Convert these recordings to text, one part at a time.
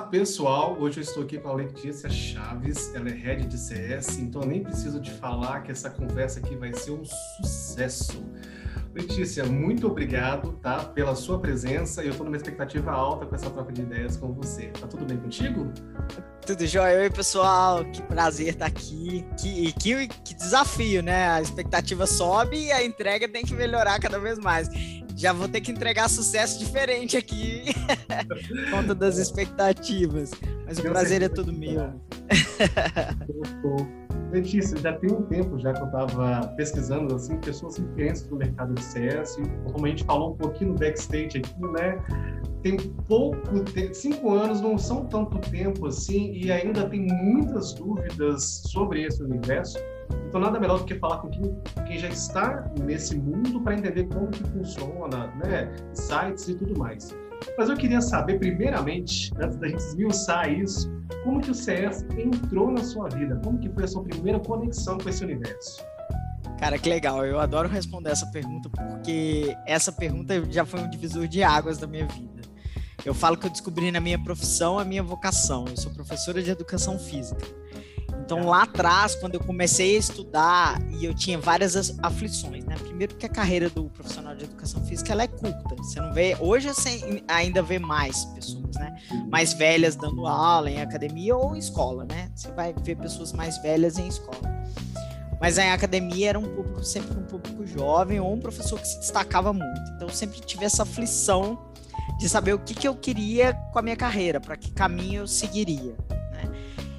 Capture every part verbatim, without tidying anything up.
pessoal, hoje eu estou aqui com a Letícia Chaves, ela é Head de C S, então eu nem preciso te falar que essa conversa aqui vai ser um sucesso. Letícia, muito obrigado, tá, pela sua presença, eu estou numa expectativa alta com essa troca de ideias com você. Tá tudo bem contigo? Tudo jóia. Oi, pessoal, que prazer estar aqui, que, que, que desafio, né? A expectativa sobe e a entrega tem que melhorar cada vez mais. Já vou ter que entregar sucesso diferente aqui, por conta das expectativas. Mas o eu prazer é todo meu. Letícia, já tem um tempo já que eu estava pesquisando assim, pessoas referentes do mercado de C S, como a gente falou um pouquinho no backstage aqui, né? Tem pouco tempo, cinco anos não são tanto tempo assim, e ainda tem muitas dúvidas sobre esse universo. Então, nada melhor do que falar com quem, quem já está nesse mundo para entender como que funciona, né? Sites e tudo mais. Mas eu queria saber, primeiramente, antes da gente esmiuçar isso, como que o C S entrou na sua vida? Como que foi a sua primeira conexão com esse universo? Cara, que legal. Eu adoro responder essa pergunta porque essa pergunta já foi um divisor de águas da minha vida. Eu falo que eu descobri na minha profissão a minha vocação. Eu sou professora de educação física. Então, lá atrás, quando eu comecei a estudar, e eu tinha várias aflições, né? Primeiro porque a carreira do profissional de educação física, ela é curta. Você não vê... Hoje, você ainda vê mais pessoas, né? Mais velhas dando aula em academia ou em escola, né? Você vai ver pessoas mais velhas em escola. Mas em academia era um público, sempre um público jovem ou um professor que se destacava muito. Então, eu sempre tive essa aflição de saber o que, que eu queria com a minha carreira, para que caminho eu seguiria, né?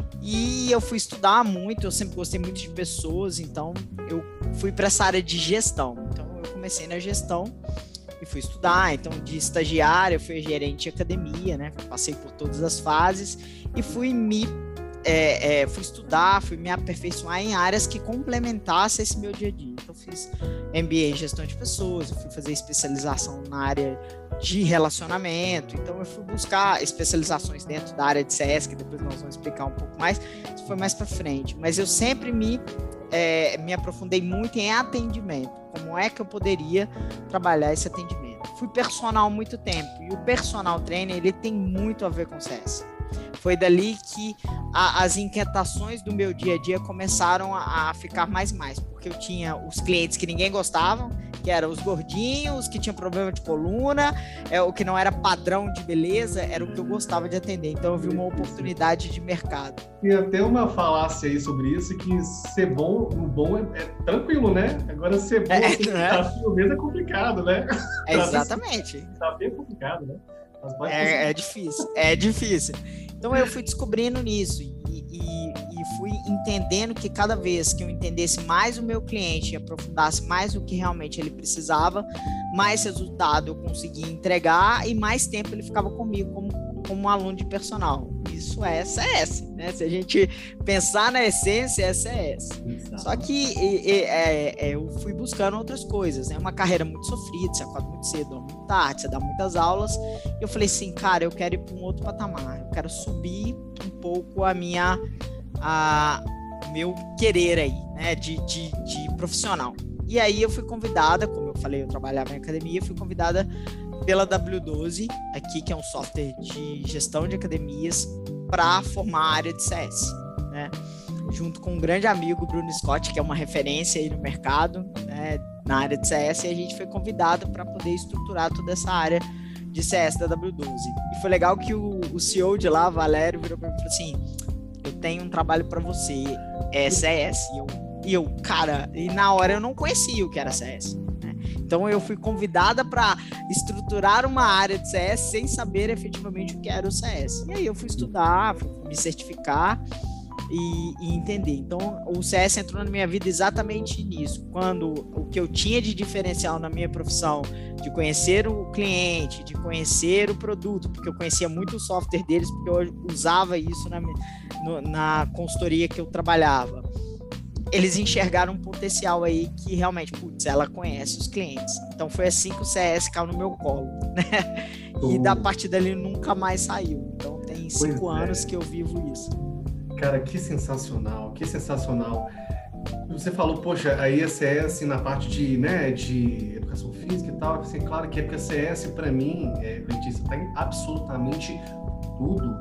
E eu fui estudar muito, eu sempre gostei muito de pessoas, então eu fui para essa área de gestão. Então eu comecei na gestão e fui estudar. Então de estagiário eu fui gerente de academia, né? Passei por todas as fases e fui me é, é, fui estudar, fui me aperfeiçoar em áreas que complementassem esse meu dia a dia. Então fiz M B A em gestão de pessoas, eu fui fazer especialização na área de relacionamento, então eu fui buscar especializações dentro da área de C S, que depois nós vamos explicar um pouco mais, isso foi mais para frente, mas eu sempre me, é, me aprofundei muito em atendimento, como é que eu poderia trabalhar esse atendimento. Fui personal há muito tempo, e o personal trainer, ele tem muito a ver com C S. Foi dali que a, as inquietações do meu dia a dia começaram a, a ficar mais e mais, porque eu tinha os clientes que ninguém gostava, que eram os gordinhos, que tinham problema de coluna, é, o que não era padrão de beleza, era o que eu gostava de atender. Então eu vi uma oportunidade de mercado. E até uma falácia aí sobre isso, que ser bom, o bom é, é tranquilo, né? Agora ser bom, é, assim, desafio mesmo é complicado, né? É exatamente. Desafio é complicado, né? É, é difícil, é difícil. Então eu fui descobrindo nisso e, e, e fui entendendo que cada vez que eu entendesse mais o meu cliente e aprofundasse mais o que realmente ele precisava, mais resultado eu conseguia entregar e mais tempo ele ficava comigo como, como um aluno de personal. Isso é C S, né? Se a gente pensar na essência, é C S. Exato. Só que e, e, é, é, eu fui buscando outras coisas, né? Uma carreira muito sofrida, você acorda muito cedo, dorme muito tarde, você dá muitas aulas. E eu falei assim, cara, eu quero ir para um outro patamar, eu quero subir um pouco a minha, a, o meu querer aí, né? De, de, de profissional. E aí eu fui convidada, como eu falei, eu trabalhava em academia, eu fui convidada pela W doze, aqui, que é um software de gestão de academias para formar a área de C S, né? Junto com um grande amigo, Bruno Scott, que é uma referência aí no mercado, né, na área de C S, e a gente foi convidado para poder estruturar toda essa área de C S da W doze. E foi legal que o, o C E O de lá, Valério, virou para mim e falou assim, eu tenho um trabalho para você, é C S. E eu, e eu, cara, e na hora eu não conhecia o que era C S. Então eu fui convidada para estruturar uma área de C S sem saber efetivamente o que era o C S. E aí eu fui estudar, fui me certificar e, e entender. Então o C S entrou na minha vida exatamente nisso. Quando o que eu tinha de diferencial na minha profissão, de conhecer o cliente, de conhecer o produto, porque eu conhecia muito o software deles, porque eu usava isso na, no, na consultoria que eu trabalhava. Eles enxergaram um potencial aí que realmente, putz, ela conhece os clientes. Então foi assim que o C S caiu no meu colo, né? E oh. da partir dali nunca mais saiu. Então tem cinco pois anos é. que eu vivo isso. Cara, que sensacional, que sensacional. Você falou, poxa, aí a C S na parte de, né, de educação física e tal, assim, claro que é porque a C S para mim, é, Letícia, tá em absolutamente tudo.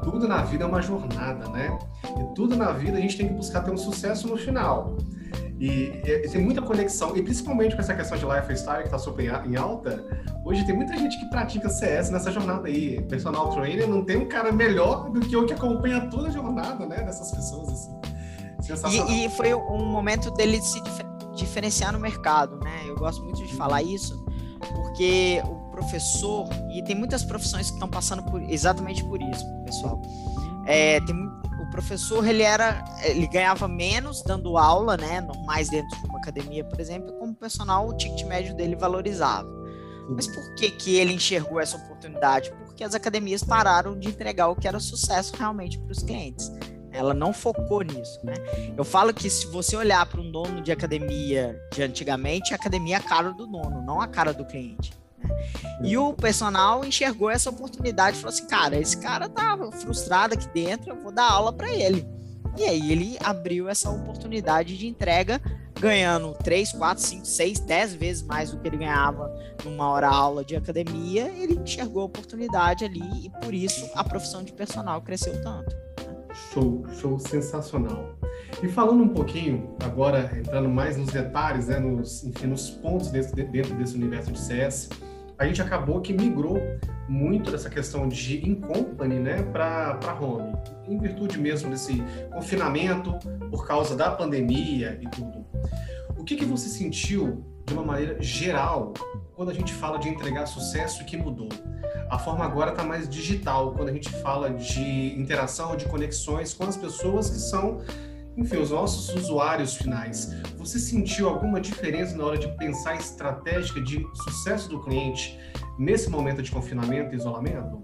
tudo na vida é uma jornada, né? E tudo na vida a gente tem que buscar ter um sucesso no final. E, e tem muita conexão, e principalmente com essa questão de lifestyle que está super em alta, hoje tem muita gente que pratica C S nessa jornada aí. Personal trainer não tem um cara melhor do que eu que acompanha toda a jornada, né, dessas pessoas, assim. Sensacional. E, e foi um momento dele se dif- diferenciar no mercado, né? Eu gosto muito de falar isso, porque o professor, e tem muitas profissões que estão passando por, exatamente por isso, pessoal. É, tem O professor, ele era, ele ganhava menos dando aula, né, normais dentro de uma academia, por exemplo, e como personal, o ticket médio dele valorizava. Mas por que que ele enxergou essa oportunidade? Porque as academias pararam de entregar o que era sucesso realmente para os clientes. Ela não focou nisso, né? Eu falo que se você olhar para um dono de academia de antigamente, a academia é a cara do dono, não a cara do cliente. E o personal enxergou essa oportunidade e falou assim, cara, esse cara tá frustrado aqui dentro, eu vou dar aula para ele. E aí ele abriu essa oportunidade de entrega, ganhando três, quatro, cinco, seis, dez vezes mais do que ele ganhava numa hora aula de academia. Ele enxergou a oportunidade ali e por isso a profissão de personal cresceu tanto. Show, show sensacional. E falando um pouquinho, agora entrando mais nos detalhes, né, nos, enfim, nos pontos desse, dentro desse universo de C S, a gente acabou que migrou muito dessa questão de in-company, né, para home, em virtude mesmo desse confinamento por causa da pandemia e tudo. O que que você sentiu de uma maneira geral quando a gente fala de entregar sucesso e que mudou? A forma agora está mais digital, quando a gente fala de interação, de conexões com as pessoas que são, enfim, os nossos usuários finais. Você sentiu alguma diferença na hora de pensar a estratégia de sucesso do cliente nesse momento de confinamento e isolamento?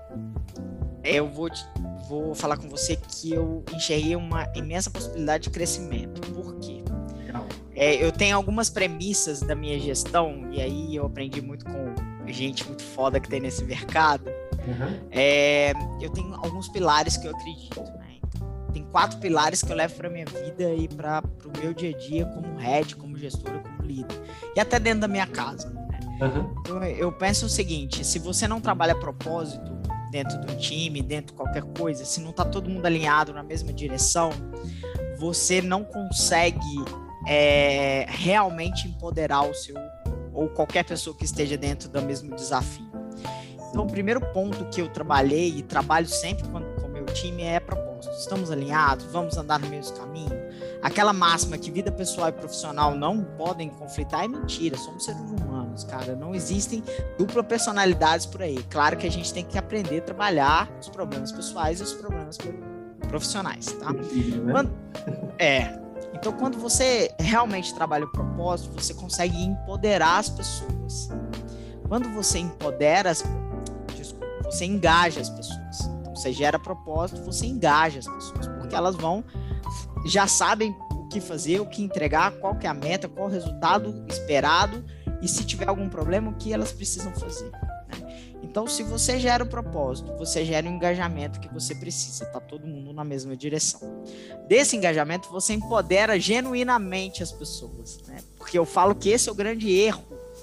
Eu vou, vou falar com você que eu enxerguei uma imensa possibilidade de crescimento. Por quê? É, eu tenho algumas premissas da minha gestão, e aí eu aprendi muito com gente muito foda que tem nesse mercado. Uhum. É, eu tenho alguns pilares que eu acredito, né? Tem quatro pilares que eu levo para minha vida e para o meu dia a dia como head, como gestora, como líder. E até dentro da minha casa, né? Uhum. Então, eu penso o seguinte, se você não trabalha a propósito dentro do time, dentro de qualquer coisa, se não está todo mundo alinhado na mesma direção, você não consegue é, realmente empoderar o seu, ou qualquer pessoa que esteja dentro do mesmo desafio. Então, o primeiro ponto que eu trabalhei e trabalho sempre com o meu time é propósito. Estamos alinhados? Vamos andar no mesmo caminho? Aquela máxima que vida pessoal e profissional não podem conflitar é mentira. Somos seres humanos, cara. Não existem dupla personalidades por aí. Claro que a gente tem que aprender a trabalhar os problemas pessoais e os problemas profissionais, tá? Quando, é... Então, quando você realmente trabalha o propósito, você consegue empoderar as pessoas. Quando você empodera as desculpa, você engaja as pessoas. Então, você gera propósito, você engaja as pessoas, porque elas vão, já sabem o que fazer, o que entregar, qual que é a meta, qual o resultado esperado e se tiver algum problema, o que elas precisam fazer. Então, se você gera o propósito, você gera o engajamento que você precisa, tá todo mundo na mesma direção. Desse engajamento, você empodera genuinamente as pessoas, né? Porque eu falo que esse é o grande erro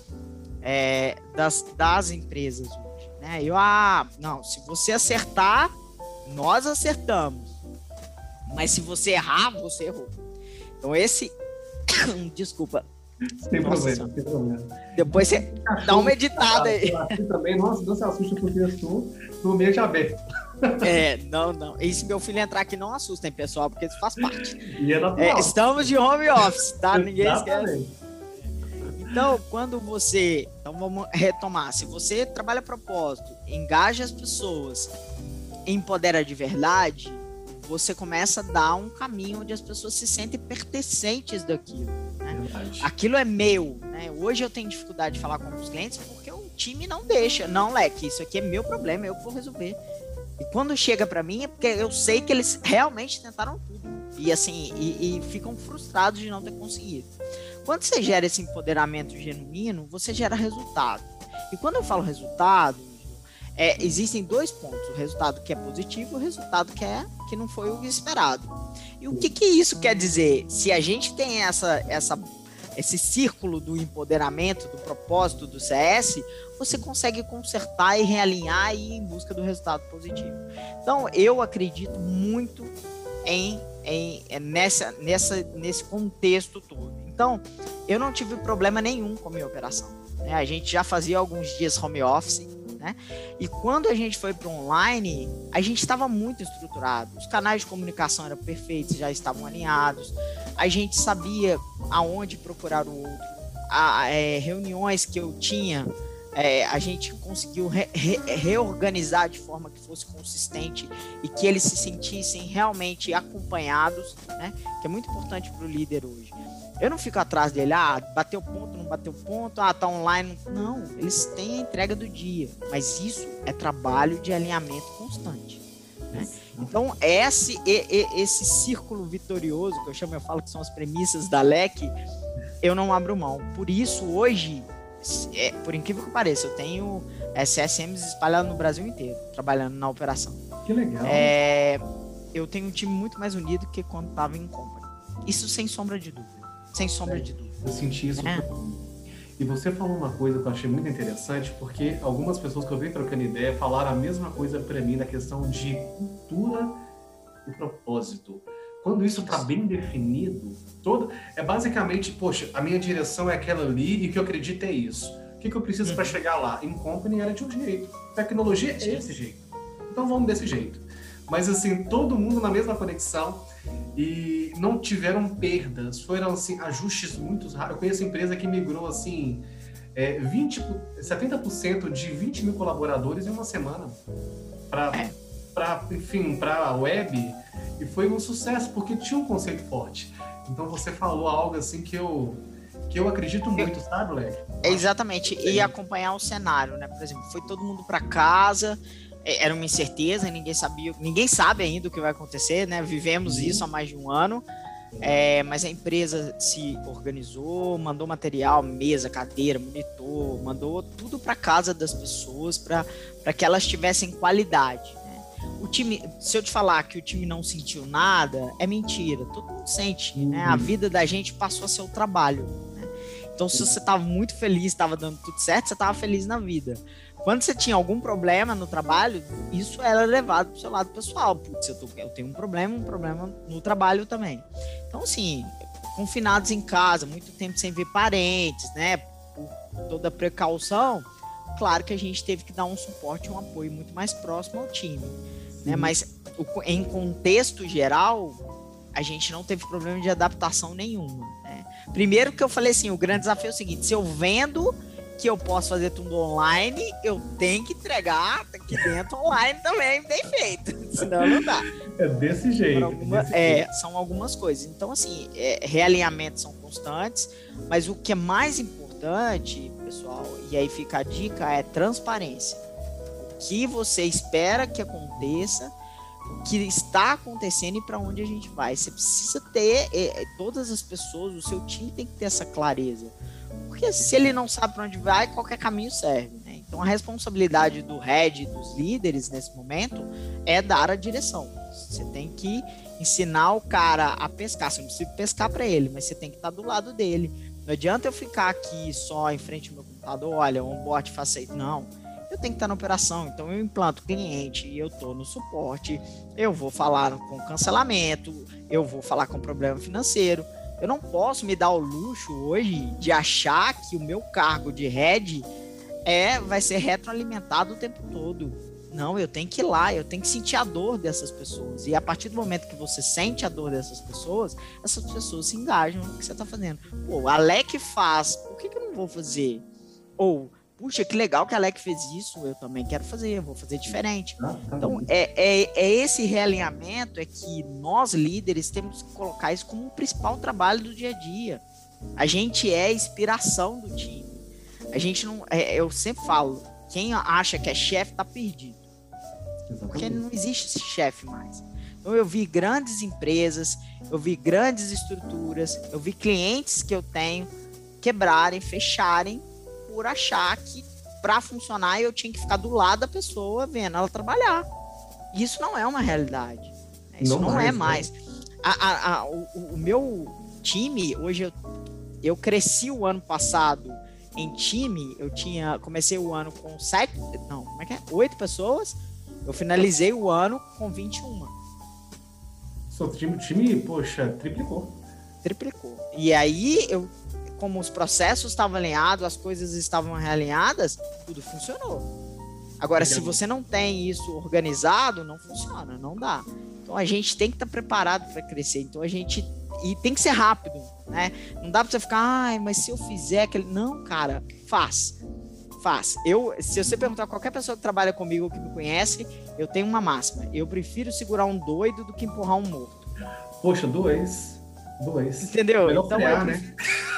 é, das, das empresas hoje, né? Eu, ah, não, se você acertar, nós acertamos. Mas se você errar, você errou. Então, esse... Desculpa. Sem problema, sem problema. Depois você cachorro, dá uma editada aí. Assim também, nossa, não se assusta porque eu estou no ambiente aberto. É, não, não. E se meu filho entrar aqui, não assustem, pessoal, porque isso faz parte. E é natural. É, estamos de home office, tá? Ninguém esquece. Então, quando você... Então, vamos retomar. Se você trabalha a propósito, engaja as pessoas, empodera de verdade, você começa a dar um caminho onde as pessoas se sentem pertencentes daquilo. Né? Aquilo é meu, né? Hoje eu tenho dificuldade de falar com os clientes porque o time não deixa. Não, Leque, isso aqui é meu problema, eu que vou resolver. E quando chega para mim é porque eu sei que eles realmente tentaram tudo. E assim, e, e ficam frustrados de não ter conseguido. Quando você gera esse empoderamento genuíno, você gera resultado. E quando eu falo resultado, É, existem dois pontos, o resultado que é positivo e o resultado que, é, que não foi o esperado. E o que, que isso quer dizer? Se a gente tem essa, essa esse círculo do empoderamento, do propósito do C S, você consegue consertar e realinhar e ir em busca do resultado positivo. Então, eu acredito muito em, em, nessa, nessa, nesse contexto todo. Então, eu não tive problema nenhum com a minha operação, né? A gente já fazia alguns dias home office, né? E quando a gente foi para o online, a gente estava muito estruturado. Os canais de comunicação eram perfeitos, já estavam alinhados. A gente sabia aonde procurar o outro. A, é, reuniões que eu tinha, é, a gente conseguiu re, re, reorganizar de forma que fosse consistente e que eles se sentissem realmente acompanhados, né? Que é muito importante para o líder hoje. Eu não fico atrás dele, ah, bateu ponto, não bateu ponto, ah, tá online. Não, eles têm a entrega do dia, mas isso é trabalho de alinhamento constante, né? Então, esse, esse círculo vitorioso, que eu chamo, eu falo que são as premissas da L E C, eu não abro mão. Por isso, hoje, é, por incrível que pareça, eu tenho C S Ms espalhados no Brasil inteiro, trabalhando na operação. Que legal. É, eu tenho um time muito mais unido que quando estava em company. Isso sem sombra de dúvida. Sem sombra é, de dúvida. Eu senti isso. É. E você falou uma coisa que eu achei muito interessante, porque algumas pessoas que eu vi trocando ideia falaram a mesma coisa para mim na questão de cultura e propósito. Quando isso está bem definido, todo, é basicamente, poxa, a minha direção é aquela ali e o que eu acredito é isso. O que, que eu preciso uhum. para chegar lá? Em company era de um jeito. Tecnologia é esse jeito. Então vamos desse jeito. Mas assim, todo mundo na mesma conexão e não tiveram perdas, foram assim, ajustes muito raros. Eu conheço empresa que migrou assim, é, vinte, setenta por cento de vinte mil colaboradores em uma semana para, para, enfim, para a web, e foi um sucesso, porque tinha um conceito forte. Então você falou algo assim que eu, que eu acredito muito, eu, sabe, Leque? Exatamente, e acompanhar o cenário, né? Por exemplo, foi todo mundo para casa, era uma incerteza, ninguém sabia, ninguém sabe ainda o que vai acontecer, né? Vivemos isso há mais de um ano, é, mas a empresa se organizou, mandou material, mesa, cadeira, monitor, mandou tudo para casa das pessoas para que elas tivessem qualidade, né? O time, se eu te falar que o time não sentiu nada, é mentira, todo mundo sente, uhum. né? A vida da gente passou a ser o trabalho, né? Então, se você estava muito feliz, estava dando tudo certo, você estava feliz na vida. Quando você tinha algum problema no trabalho, isso era levado para o seu lado pessoal. Putz, eu, tô, eu tenho um problema, um problema no trabalho também. Então, assim, confinados em casa, muito tempo sem ver parentes, né? Por toda a precaução, claro que a gente teve que dar um suporte, um apoio muito mais próximo ao time, né? Mas em contexto geral, a gente não teve problema de adaptação nenhuma, né? Primeiro que eu falei assim, o grande desafio é o seguinte, se eu vendo que eu posso fazer tudo online, eu tenho que entregar aqui dentro online também, bem feito, senão não dá. É desse jeito. Alguma, desse é, jeito. São algumas coisas. Então, assim, é, realinhamentos são constantes, mas o que é mais importante, pessoal, e aí fica a dica, é transparência. O que você espera que aconteça, o que está acontecendo e para onde a gente vai. Você precisa ter, é, todas as pessoas, o seu time tem que ter essa clareza. Porque se ele não sabe para onde vai, qualquer caminho serve, né? Então a responsabilidade do head, dos líderes nesse momento, é dar a direção. Você tem que ensinar o cara a pescar. Você não precisa pescar para ele, mas você tem que estar do lado dele. Não adianta eu ficar aqui só em frente ao meu computador, olha, um bot faça isso. Não, eu tenho que estar na operação. Então eu implanto o cliente, eu estou no suporte, eu vou falar com cancelamento, eu vou falar com problema financeiro. Eu não posso me dar o luxo hoje de achar que o meu cargo de head é, vai ser retroalimentado o tempo todo. Não, eu tenho que ir lá, eu tenho que sentir a dor dessas pessoas. E a partir do momento que você sente a dor dessas pessoas, essas pessoas se engajam no que você está fazendo. Pô, a Alec faz, por que, que eu não vou fazer? Ou, puxa, que legal que a Alec fez isso, eu também quero fazer, eu vou fazer diferente. Então, é, é, é esse realinhamento é que nós, líderes, temos que colocar isso como o principal trabalho do dia a dia. A gente é a inspiração do time. A gente não... É, eu sempre falo, quem acha que é chefe está perdido. Exatamente. Porque não existe chefe mais. Então, eu vi grandes empresas, eu vi grandes estruturas, eu vi clientes que eu tenho quebrarem, fecharem, por achar que para funcionar eu tinha que ficar do lado da pessoa vendo ela trabalhar. Isso não é uma realidade. Isso não, não mais, é mais. Né? A, a, a, o, o meu time, hoje eu, eu cresci o ano passado em time, eu tinha, comecei o ano com sete, não, como é que é? Oito pessoas, eu finalizei o ano com vinte e um. Seu time, time, poxa, triplicou. Triplicou. E aí, eu, como os processos estavam alinhados, as coisas estavam realinhadas, tudo funcionou. Agora, se você não tem isso organizado, não funciona, não dá. Então, a gente tem que estar preparado para crescer. Então, a gente... E tem que ser rápido, né? Não dá para você ficar, ai, mas se eu fizer aquele... Não, cara, faz. Faz. Eu, se você perguntar a qualquer pessoa que trabalha comigo, que me conhece, eu tenho uma máxima. Eu prefiro segurar um doido do que empurrar um morto. Poxa, dois. Dois. Entendeu? Melhor então, frear, eu... né?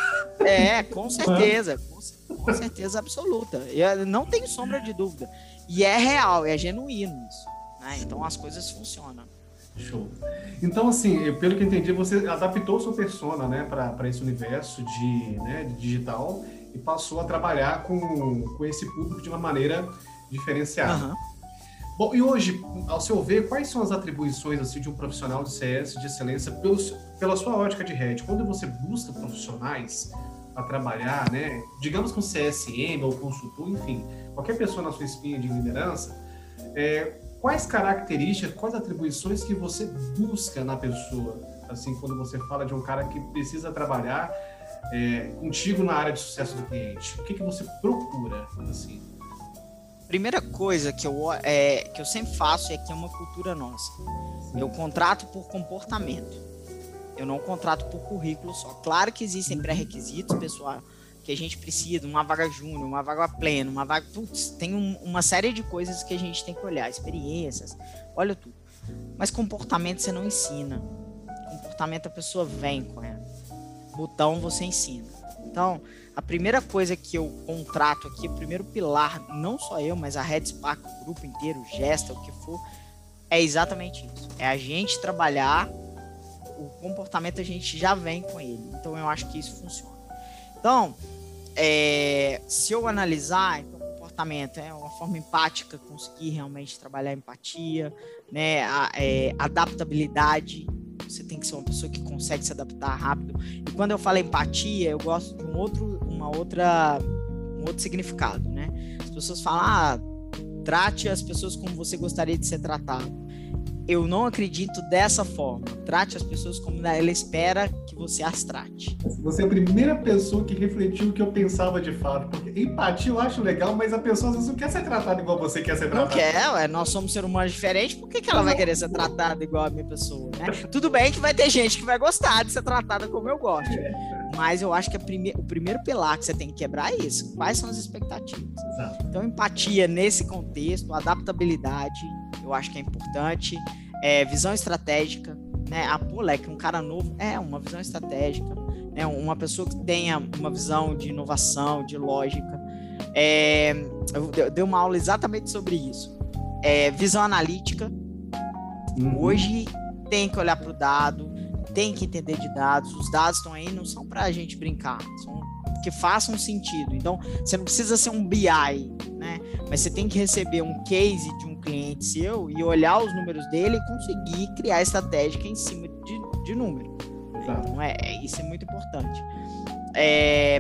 É, com certeza. Com, com certeza absoluta. Eu não tenho sombra de dúvida. E é real, é genuíno isso. Né? Então, as coisas funcionam. Show. Então, assim, pelo que eu entendi, você adaptou sua persona, né, para esse universo de, né, de digital e passou a trabalhar com, com esse público de uma maneira diferenciada. Uhum. Bom, e hoje, ao seu ver, quais são as atribuições assim, de um profissional de C S de excelência pelos, pela sua ótica de head? Quando você busca profissionais para trabalhar, né, digamos com C S M ou consultor, enfim, qualquer pessoa na sua espinha de liderança, é, quais características, quais atribuições que você busca na pessoa? Assim, quando você fala de um cara que precisa trabalhar é, contigo na área de sucesso do cliente, o que, que você procura, assim? Primeira coisa que eu, é, que eu sempre faço é que é uma cultura nossa. Sim. Eu contrato por comportamento. Eu não contrato por currículo só. Claro que existem pré-requisitos, pessoal, que a gente precisa, uma vaga júnior, uma vaga plena, uma vaga... Putz, tem um, uma série de coisas que a gente tem que olhar, experiências, olha tudo. Mas comportamento você não ensina. Comportamento a pessoa vem com ela. Botão você ensina. Então, a primeira coisa que eu contrato aqui, o primeiro pilar, não só eu, mas a RedSpark, o grupo inteiro, o Gesta, o que for, é exatamente isso. É a gente trabalhar, o comportamento a gente já vem com ele. Então, eu acho que isso funciona. Então, é, se eu analisar, então, o comportamento é uma forma empática, conseguir realmente trabalhar a empatia, né, a, é, adaptabilidade. Você tem que ser uma pessoa que consegue se adaptar rápido. E quando eu falo empatia, eu gosto de um outro, uma outra, um outro significado, né? As pessoas falam, ah, trate as pessoas como você gostaria de ser tratado. Eu não acredito dessa forma. Trate as pessoas como ela espera que você as trate. Você é a primeira pessoa que refletiu o que eu pensava de fato. Porque empatia eu acho legal, mas a pessoa às vezes não quer ser tratada igual você quer ser tratada. Não quer, ué. Nós somos seres humanos diferentes. Por que, que ela vai querer ser tratada igual a minha pessoa, né? Tudo bem que vai ter gente que vai gostar de ser tratada como eu gosto. Mas eu acho que a prime... o primeiro pilar que você tem que quebrar é isso. Quais são as expectativas? Exato. Então, empatia nesse contexto, adaptabilidade, eu acho que é importante. É, visão estratégica, né? Ah, pô, Leque, um cara novo, é uma visão estratégica, né? Uma pessoa que tenha uma visão de inovação, de lógica. É, eu dei uma aula exatamente sobre isso. É, visão analítica. Uhum. Hoje tem que olhar para o dado, tem que entender de dados. Os dados estão aí, não são para a gente brincar, são que façam sentido. Então, você não precisa ser um B I, né? Mas você tem que receber um case de um cliente seu e olhar os números dele e conseguir criar estratégia em cima de, de número. Exato. Então, é, é, isso é muito importante. É,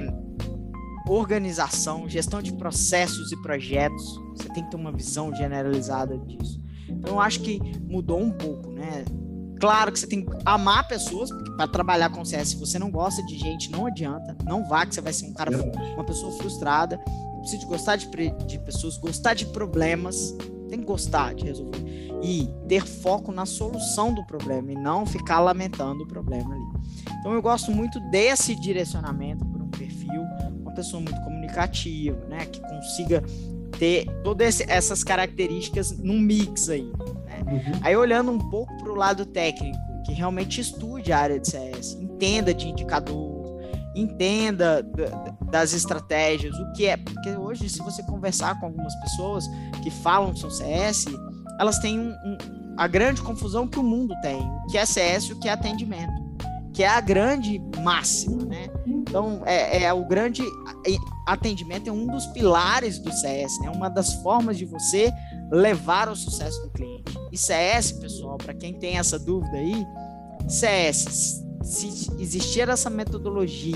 organização, gestão de processos e projetos, você tem que ter uma visão generalizada disso. Então, eu acho que mudou um pouco, né? Claro que você tem que amar pessoas, porque para trabalhar com C S, se você não gosta de gente, não adianta, não vá, que você vai ser um cara, uma pessoa frustrada. Precisa de gostar de, de pessoas, gostar de problemas, tem que gostar de resolver e ter foco na solução do problema e não ficar lamentando o problema ali. Então eu gosto muito desse direcionamento por um perfil, uma pessoa muito comunicativa, né, que consiga ter todas essas características num mix aí, né? Uhum. Aí olhando um pouco para o lado técnico, que realmente estude a área de C S, entenda de indicador, entenda das estratégias, o que é, porque hoje se você conversar com algumas pessoas que falam sobre C S, elas têm um, um, a grande confusão que o mundo tem, o que é C S e o que é atendimento, que é a grande máxima, né? Então, é, é o grande atendimento é um dos pilares do C S, né? Uma das formas de você levar ao sucesso do cliente. E C S, pessoal, para quem tem essa dúvida aí, C S, se existir essa metodologia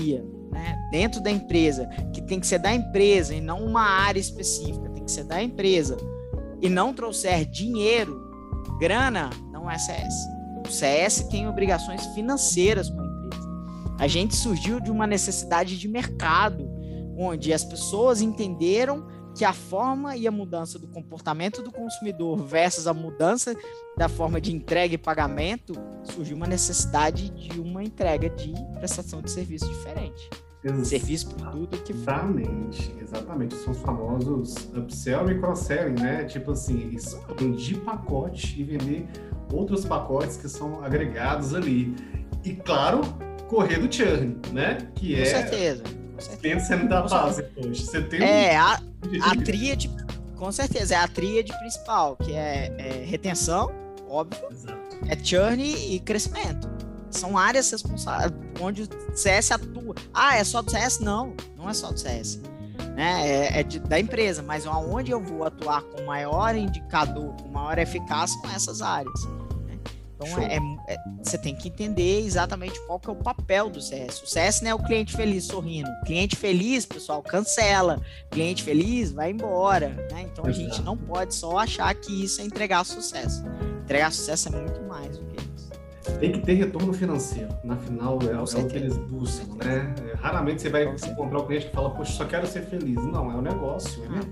né, dentro da empresa, que tem que ser da empresa e não uma área específica, tem que ser da empresa, e não trouxer dinheiro, grana, não é C S. O C S tem obrigações financeiras com a empresa. A gente surgiu de uma necessidade de mercado, onde as pessoas entenderam que a forma e a mudança do comportamento do consumidor versus a mudança da forma de entrega e pagamento, surgiu uma necessidade de uma entrega de prestação de serviço diferente. Exatamente. Serviço, produto, que for. Exatamente, exatamente. São os famosos upsell e cross-selling, né? Tipo assim, expandir pacote e vender outros pacotes que são agregados ali. E, claro, correr do churn, né? Que Com é... certeza. Pensa da base, poxa. Você tem É, um... a, a tríade, com certeza, é a tríade principal, que é, é retenção, óbvio, Exato. é churn e crescimento. São áreas responsáveis, onde o C S atua. Ah, é só do C S? Não, não é só do C S. Né? É, é de, da empresa, mas aonde eu vou atuar com maior indicador, com maior eficácia, são essas áreas. Então, é, é, você tem que entender exatamente qual que é o papel do C S. O C S não é o cliente feliz sorrindo. Cliente feliz, pessoal, cancela. Cliente feliz, vai embora. Né? Então, a gente não pode só achar que isso é entregar sucesso. Entregar sucesso é muito mais do que isso. Tem que ter retorno financeiro. Na final, é, é o que eles buscam, né? É, raramente você vai encontrar um cliente que fala, poxa, só quero ser feliz. Não, é um negócio, né?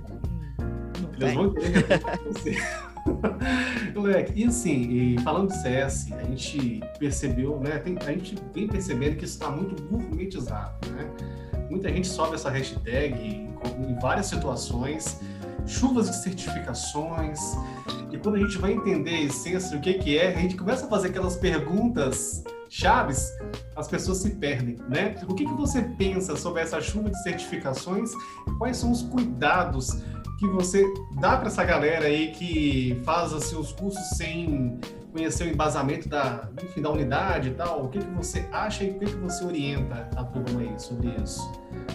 Eles vão ter retorno financeiro. Moleque, e assim, e falando de C S, a gente percebeu, né? Tem, a gente vem percebendo que isso está muito gourmetizado, né? Muita gente sobe essa hashtag em, em várias situações, chuvas de certificações, e quando a gente vai entender a essência do que, que é, a gente começa a fazer aquelas perguntas chaves, as pessoas se perdem, né? O que, que você pensa sobre essa chuva de certificações e quais são os cuidados que você dá para essa galera aí que faz assim, os cursos sem conhecer o embasamento da, enfim, da unidade e tal? O que, que você acha e o que, que você orienta a turma aí sobre isso?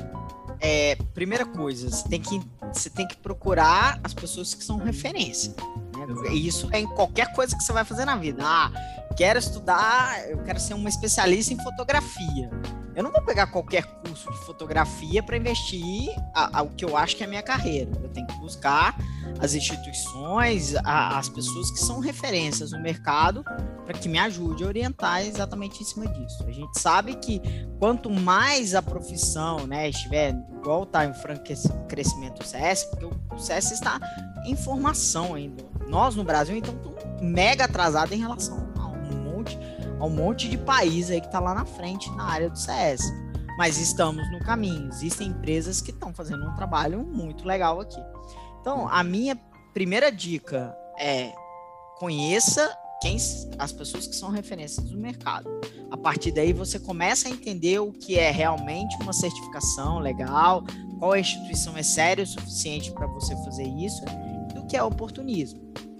É, primeira coisa, você tem, que, você tem que procurar as pessoas que são referência. Né? Isso é em qualquer coisa que você vai fazer na vida. Ah, quero estudar, eu quero ser uma especialista em fotografia. Eu não vou pegar qualquer curso de fotografia para investir a, a, o que eu acho que é a minha carreira. Eu tenho que buscar as instituições, a, as pessoas que são referências no mercado para que me ajude a orientar exatamente em cima disso. A gente sabe que quanto mais a profissão, né, estiver igual está em franco crescimento do C S, porque o C S está em formação ainda. Nós no Brasil, então, estamos mega atrasados em relação a um monte a um monte de país aí que está lá na frente na área do C S. Mas estamos no caminho. Existem empresas que estão fazendo um trabalho muito legal aqui. Então, a minha primeira dica é conheça quem, as pessoas que são referências do mercado. A partir daí, você começa a entender o que é realmente uma certificação legal, qual a instituição é séria o suficiente para você fazer isso e o que é oportunismo.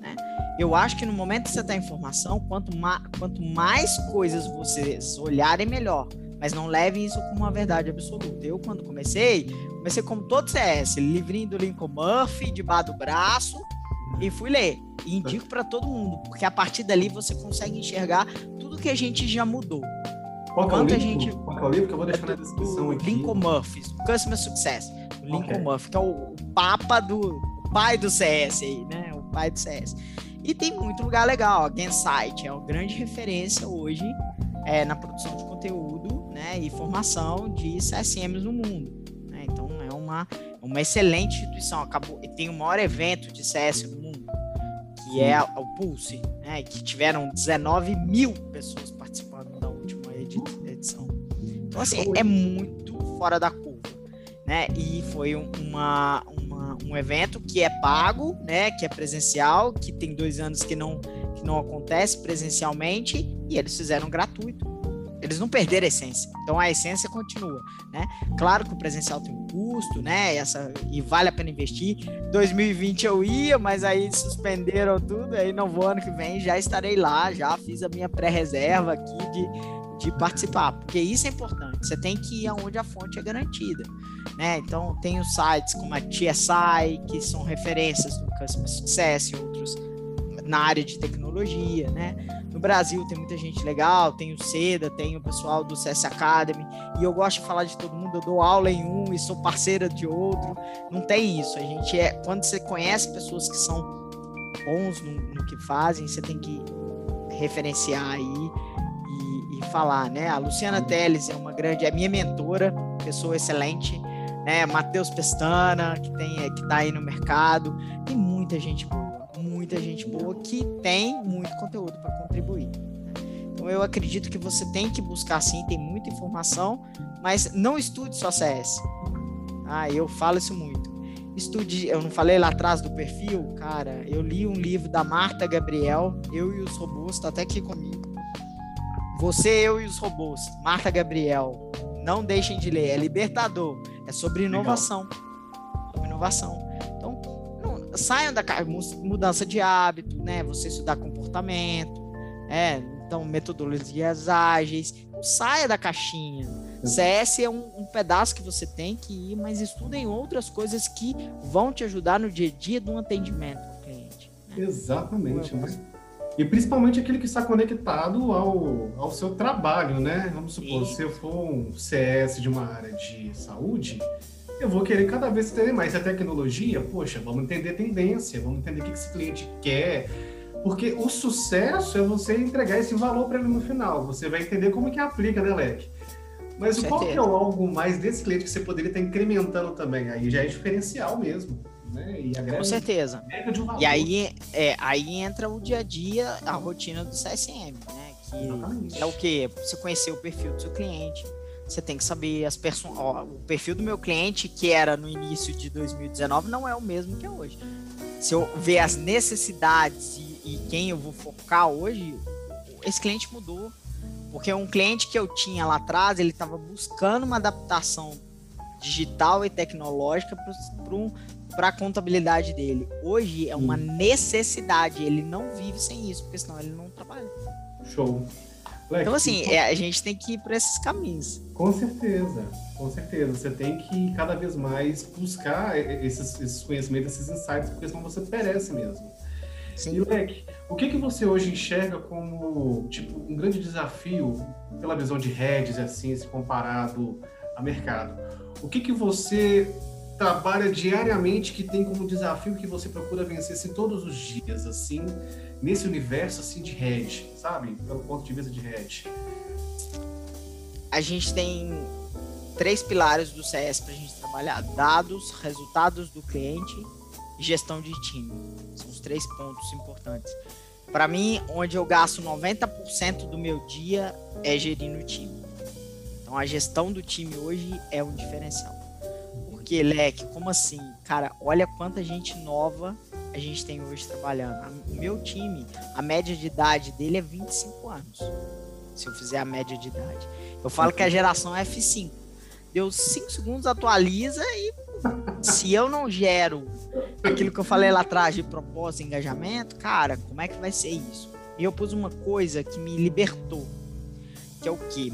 Eu acho que no momento que você está em formação, quanto, ma- quanto mais coisas vocês olharem, melhor. Mas não levem isso como uma verdade absoluta. Eu, quando comecei, comecei como todo C S, livrinho do Lincoln Murphy, debaixo do braço, e fui ler. E indico para todo mundo, porque a partir dali você consegue enxergar tudo que a gente já mudou. Qual que é o livro? Gente... Qual que é o livro que eu vou deixar na descrição aqui? Lincoln Murphy, Customer Success. O Lincoln okay. Murphy, que é o, o papa do o pai do C S aí, né? O pai do C S. E tem muito lugar legal. A Gainsight é uma grande referência hoje é, na produção de conteúdo, né, e formação de C S Ms no mundo. Né? Então, é uma, uma excelente instituição. Acabou, tem o maior evento de C S no mundo, que é a, o Pulse, né, que tiveram dezenove mil pessoas participando da última edição. Então, assim, é muito fora da curva. Né? E foi uma, uma, um evento que é pago, né? Que é presencial, que tem dois anos que não, que não acontece presencialmente, e eles fizeram gratuito. Eles não perderam a essência, então a essência continua, né? Claro que o presencial tem um custo, né? Essa, e vale a pena investir. dois mil e vinte eu ia, mas aí suspenderam tudo, aí não vou ano que vem, já estarei lá, já fiz a minha pré-reserva aqui de, de participar, porque isso é importante, você tem que ir aonde a fonte é garantida, né? Então tem os sites como a T S I, que são referências do Customer Success, e outros na área de tecnologia, né? No Brasil tem muita gente legal, tem o Seda, tem o pessoal do C S Academy, e eu gosto de falar de todo mundo, eu dou aula em um e sou parceira de outro, não tem isso, a gente é, quando você conhece pessoas que são bons no, no que fazem, você tem que referenciar aí e, e falar, né? A Luciana Teles é uma grande, é minha mentora, pessoa excelente, né? Matheus Pestana, que tem, que tá aí no mercado, tem muita gente boa, muita gente boa que tem muito conteúdo para contribuir. Então eu acredito que você tem que buscar sim, tem muita informação, mas não estude só C S. Ah, eu falo isso muito. Estude, eu não falei lá atrás do perfil, cara, eu li um livro da Marta Gabriel, Eu e os Robôs, tá até aqui comigo. Você, Eu e os Robôs, Marta Gabriel, não deixem de ler, é libertador, é sobre inovação. Sobre inovação. Então, não, saiam da mudança de hábito, né? Você estudar comportamento, é, então metodologias ágeis, não saia da caixinha. C S é um, um pedaço que você tem que ir, mas estudem outras coisas que vão te ajudar no dia a dia do atendimento com o cliente. Né? Exatamente, né? E principalmente aquele que está conectado ao, ao seu trabalho, né? Vamos supor, Sim. se eu for um C S de uma área de saúde, eu vou querer cada vez entender mais. Se a tecnologia, poxa, vamos entender tendência, vamos entender o que esse cliente quer, porque o sucesso é você entregar esse valor para ele no final. Você vai entender como que aplica, né, Leque? Mas qual que é o algo mais desse cliente que você poderia estar incrementando também? Aí já é diferencial mesmo, né? E agrega, com certeza. Agrega de um valor. E aí, é, aí entra o dia a dia, a rotina do C S M, né? Que Exatamente. É o quê? Você conhecer o perfil do seu cliente, você tem que saber as perso- ó, o perfil do meu cliente, que era no início de dois mil e dezenove, não é o mesmo que é hoje. Se eu ver as necessidades e, e quem eu vou focar hoje, esse cliente mudou. Porque um cliente que eu tinha lá atrás, ele estava buscando uma adaptação digital e tecnológica para a contabilidade dele. Hoje é uma necessidade, ele não vive sem isso, porque senão ele não trabalha. Show. Leque, então, assim, é, a gente tem que ir por esses caminhos. Com certeza, com certeza. Você tem que cada vez mais buscar esses, esses conhecimentos, esses insights, porque senão você perece mesmo. Sim. E, Leque, o que, que você hoje enxerga como tipo, um grande desafio pela visão de redes, assim, se comparado a mercado? O que, que você trabalha diariamente que tem como desafio que você procura vencer assim, todos os dias, assim, nesse universo assim, de rede, sabe? Pelo ponto de vista de rede. A gente tem três pilares do C S para a gente trabalhar: dados, resultados do cliente e gestão de time. São os três pontos importantes. Para mim, onde eu gasto noventa por cento do meu dia é gerindo o time. Então, a gestão do time hoje é um diferencial. Porque, Leque, como assim? Cara, olha quanta gente nova a gente tem hoje trabalhando. O meu time, a média de idade dele é vinte e cinco anos. Se eu fizer a média de idade. Eu falo que a geração é F cinco. Deu cinco segundos, atualiza e se eu não gero aquilo que eu falei lá atrás de propósito e engajamento, cara, como é que vai ser isso? E eu pus uma coisa que me libertou, que é o quê?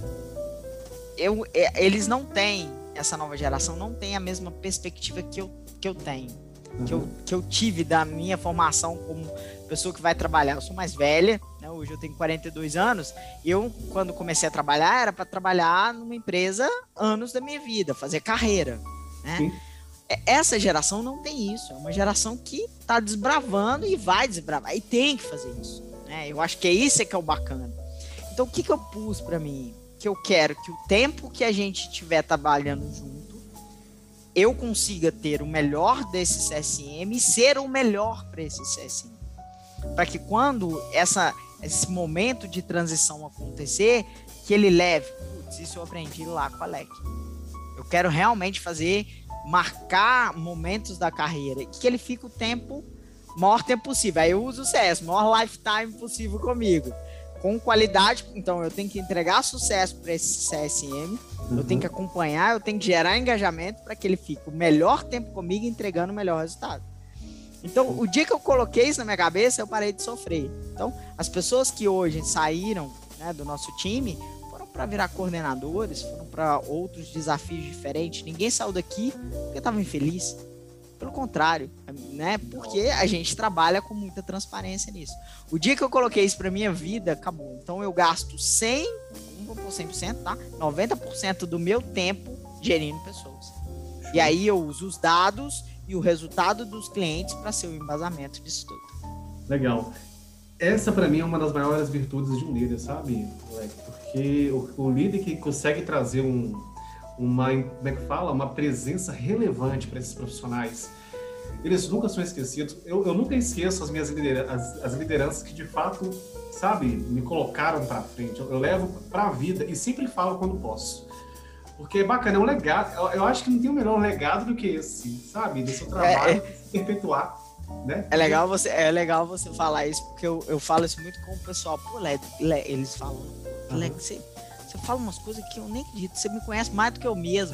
Eu, é, eles não têm, essa nova geração não tem a mesma perspectiva que eu, que eu tenho, uhum. que, eu, que eu tive da minha formação como pessoa que vai trabalhar. Eu sou mais velha, né? Hoje eu tenho quarenta e dois anos, e eu, quando comecei a trabalhar, era para trabalhar numa empresa anos da minha vida, fazer carreira, né? Sim. Essa geração não tem isso, é uma geração que está desbravando e vai desbravar, e tem que fazer isso, né? Eu acho que é isso que é o bacana. Então, o que, que eu pus para mim? Que eu quero que o tempo que a gente estiver trabalhando junto, eu consiga ter o melhor desse C S M e ser o melhor para esse C S M. Para que quando essa, esse momento de transição acontecer, que ele leve, putz, isso eu aprendi lá com a Leque. Eu quero realmente fazer... marcar momentos da carreira, que ele fica o tempo, o maior tempo possível. Aí eu uso o C S, o maior lifetime possível comigo, com qualidade. Então eu tenho que entregar sucesso para esse C S M, uhum. eu tenho que acompanhar, eu tenho que gerar engajamento para que ele fique o melhor tempo comigo, entregando o melhor resultado. Então, o dia que eu coloquei isso na minha cabeça, eu parei de sofrer. Então, as pessoas que hoje saíram, né, do nosso time para virar coordenadores, foram para outros desafios diferentes. Ninguém saiu daqui porque estava infeliz. Pelo contrário, né? Porque a gente trabalha com muita transparência nisso. O dia que eu coloquei isso para minha vida, acabou. Então eu gasto cem, não vou por cem por cento, tá? noventa por cento do meu tempo gerindo pessoas. E aí eu uso os dados e o resultado dos clientes para ser o embasamento disso tudo. Legal. Essa, para mim, é uma das maiores virtudes de um líder, sabe, moleque? Porque o, o líder que consegue trazer um, uma, como é que fala? Uma presença relevante para esses profissionais, eles nunca são esquecidos. Eu, eu nunca esqueço as minhas lideranças, as, as lideranças que, de fato, sabe, me colocaram para frente. Eu, eu levo para a vida e sempre falo quando posso. Porque é bacana, é um legado. Eu, eu acho que não tem um melhor legado do que esse, sabe? Do seu trabalho, é, é... se perpetuar. Né? É legal você, é legal você falar isso, porque eu, eu falo isso muito com o pessoal. Pô, Lé, Lé, eles falam, Lé, uhum. você, você fala umas coisas que eu nem acredito, você me conhece mais do que eu mesmo.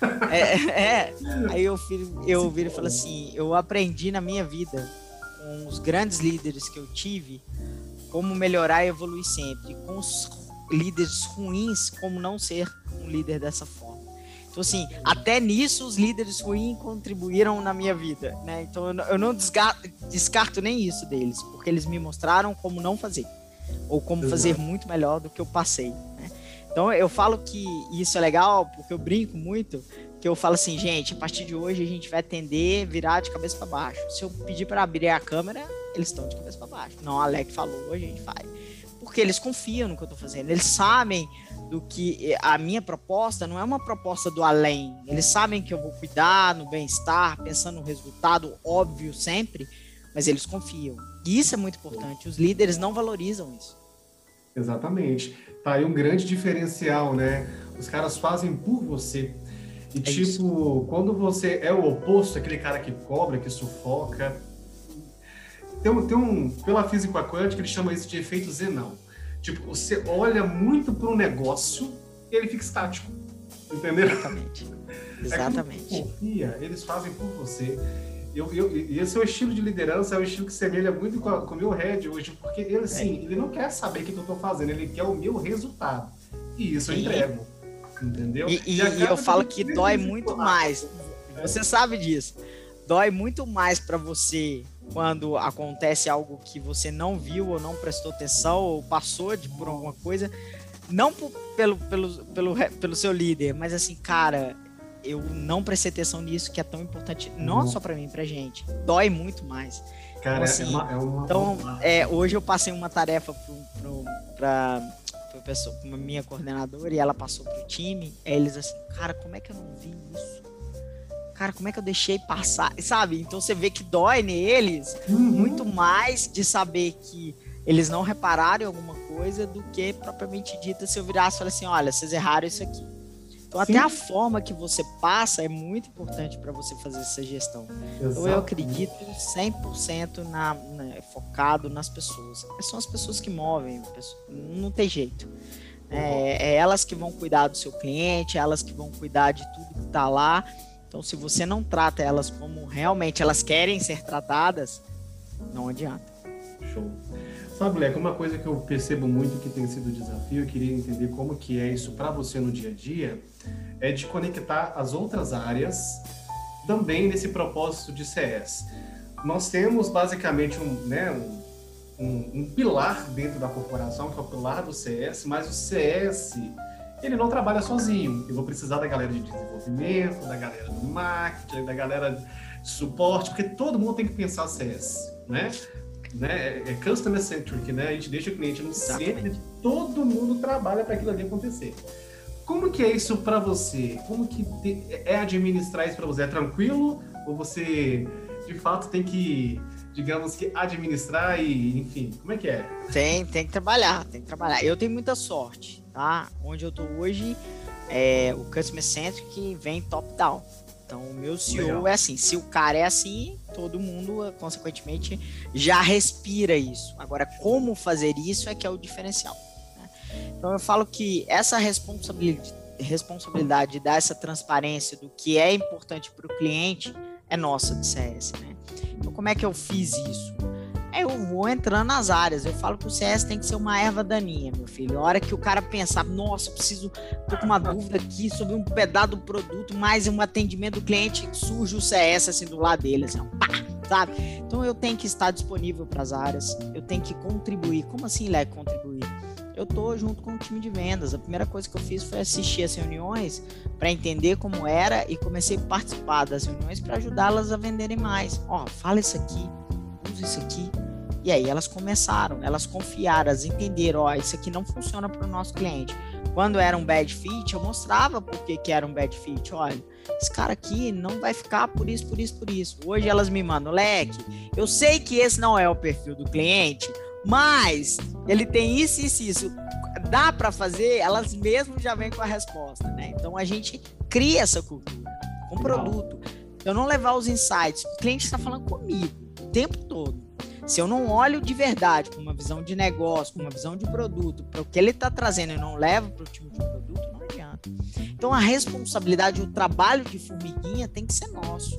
é, é. Aí eu viro, eu viro e falo assim, eu aprendi na minha vida, com os grandes líderes que eu tive, como melhorar e evoluir sempre. Com os líderes ruins, como não ser um líder dessa forma. Então, assim, até nisso os líderes ruins contribuíram na minha vida, né? Então, eu não descarto, descarto nem isso deles, porque eles me mostraram como não fazer, ou como fazer muito melhor do que eu passei, né? Então, eu falo que isso é legal, porque eu brinco muito, que eu falo assim, gente, a partir de hoje a gente vai tender a virar de cabeça para baixo. Se eu pedir para abrir a câmera, eles estão de cabeça para baixo. Não, a Alec falou, a gente faz. Porque eles confiam no que eu estou fazendo, eles sabem do que a minha proposta não é uma proposta do além, eles sabem que eu vou cuidar no bem-estar, pensando no resultado óbvio sempre, mas eles confiam. E isso é muito importante, os líderes não valorizam isso. Exatamente. Tá aí um grande diferencial, né? Os caras fazem por você. E é tipo, isso. Quando você é o oposto, aquele cara que cobra, que sufoca, tem um, tem um pela física quântica, ele chama isso de efeito Zenão. Tipo, você olha muito para um negócio e ele fica estático, entendeu? Exatamente. Exatamente. É confia, eles fazem por você. Eu, eu, e esse é o estilo de liderança, é o estilo que semelha muito com, a, com o meu head hoje, porque ele, assim, é. ele não quer saber o que eu estou fazendo, ele quer o meu resultado. E isso eu entrego, entendeu? E, e, e eu falo que dói muito mais. Você sabe disso. Dói muito mais para você quando acontece algo que você não viu ou não prestou atenção ou passou de, por alguma coisa, não por, pelo, pelo, pelo, pelo seu líder, mas assim, cara, eu não prestei atenção nisso que é tão importante, não só para mim, pra gente. Dói muito mais. Cara, então, assim, é uma, é uma... então é, hoje eu passei uma tarefa para a minha coordenadora e ela passou pro time, aí eles assim, cara, como é que eu não vi isso? Cara, como é que eu deixei passar? Sabe? Então você vê que dói neles uhum. muito mais de saber que eles não repararam em alguma coisa do que propriamente dita se eu virasse e falasse assim, olha, vocês erraram isso aqui. Então Sim. até a forma que você passa é muito importante para você fazer essa gestão. Exato. Então eu acredito cem por cento na, na, focado nas pessoas. São as pessoas que movem, não tem jeito. É, é elas que vão cuidar do seu cliente, é elas que vão cuidar de tudo que está lá. Então, se você não trata elas como realmente elas querem ser tratadas, não adianta. Show. Sabe, Leco, uma coisa que eu percebo muito que tem sido desafio, eu queria entender como que é isso para você no dia a dia, é de conectar as outras áreas também nesse propósito de C S. Nós temos basicamente um, né, um, um, um pilar dentro da corporação, que é o pilar do C S, mas o C S... ele não trabalha sozinho. Eu vou precisar da galera de desenvolvimento, da galera do marketing, da galera de suporte, porque todo mundo tem que pensar C S, né? né? É customer centric, né? A gente deixa o cliente no centro e todo mundo trabalha para aquilo ali acontecer. Como que é isso para você? Como que é administrar isso para você? É tranquilo? Ou você, de fato, tem que, digamos que, administrar e, enfim, como é que é? Tem, tem que trabalhar, tem que trabalhar. Eu tenho muita sorte. Tá? Onde eu tô hoje, é, o Customer Centric vem top-down. Então, o meu C E O Legal. É assim. Se o cara é assim, todo mundo, consequentemente, já respira isso. Agora, como fazer isso é que é o diferencial. Né? Então, eu falo que essa responsabilidade, responsabilidade de dar essa transparência do que é importante para o cliente é nossa de C S. Né? Então, como é que eu fiz isso? Aí eu vou entrando nas áreas. Eu falo que o C S tem que ser uma erva daninha, meu filho. A hora que o cara pensar, nossa, eu preciso, tô com uma dúvida aqui sobre um pedaço do produto, mais um atendimento do cliente, surge o C S assim do lado dele, assim, ó, pá, sabe? Então eu tenho que estar disponível para as áreas, eu tenho que contribuir. Como assim, Leque, contribuir? Eu tô junto com o time de vendas. A primeira coisa que eu fiz foi assistir as reuniões para entender como era e comecei a participar das reuniões para ajudá-las a venderem mais. Ó, fala isso aqui, usa isso aqui. E aí elas começaram, elas confiaram, elas entenderam, ó, isso aqui não funciona para o nosso cliente. Quando era um bad fit, eu mostrava por que que era um bad fit. Olha, esse cara aqui não vai ficar por isso, por isso, por isso. Hoje elas me mandam, Leque, eu sei que esse não é o perfil do cliente, mas ele tem isso, isso, isso. Dá para fazer? Elas mesmo já vêm com a resposta, né? Então a gente cria essa cultura com o produto. Eu não levar os insights. O cliente está falando comigo o tempo todo. Se eu não olho de verdade, com uma visão de negócio, com uma visão de produto, para o que ele está trazendo e não levo para o time de produto, não adianta. Então a responsabilidade, o trabalho de formiguinha tem que ser nosso.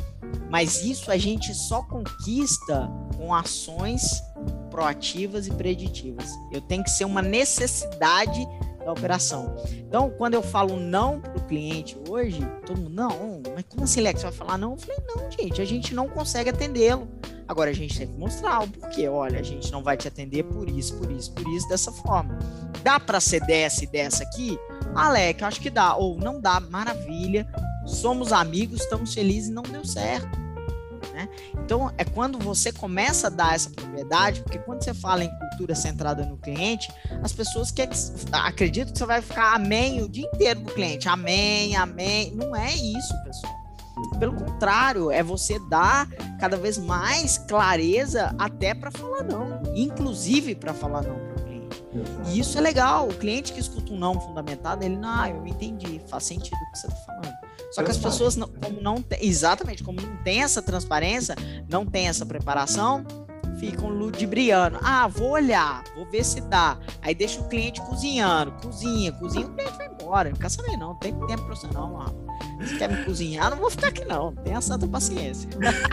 Mas isso a gente só conquista com ações proativas e preditivas. Eu tenho que ser uma necessidade da operação. Então, quando eu falo não para o cliente hoje, todo mundo, não, mas como assim, Leque, você vai falar não? Eu falei, não, gente, a gente não consegue atendê-lo. Agora, a gente tem que mostrar o porquê. Olha, a gente não vai te atender por isso, por isso, por isso, dessa forma. Dá para ser dessa e dessa aqui? Ah, Leque, eu acho que dá. Ou não dá, maravilha. Somos amigos, estamos felizes e não deu certo. Né? Então, é quando você começa a dar essa propriedade, porque quando você fala em cultura centrada no cliente, as pessoas que acreditam que você vai ficar amém o dia inteiro do cliente. Amém, amém. Não é isso, pessoal. Pelo contrário, é você dar cada vez mais clareza até para falar não, inclusive para falar não para o cliente. Exato. E isso é legal. O cliente que escuta um não fundamentado, ele, não, ah, eu me entendi, faz sentido o que você está falando. Só que as pessoas, não, como não tem, exatamente, como não tem essa transparência, não tem essa preparação, ficam ludibriando. Ah, vou olhar, vou ver se dá. Aí deixa o cliente cozinhando, cozinha, cozinha, o cliente vai embora. Não quer saber não, não tem tempo para você não, mano. Se quer me cozinhar, não vou ficar aqui não, tenha santa paciência.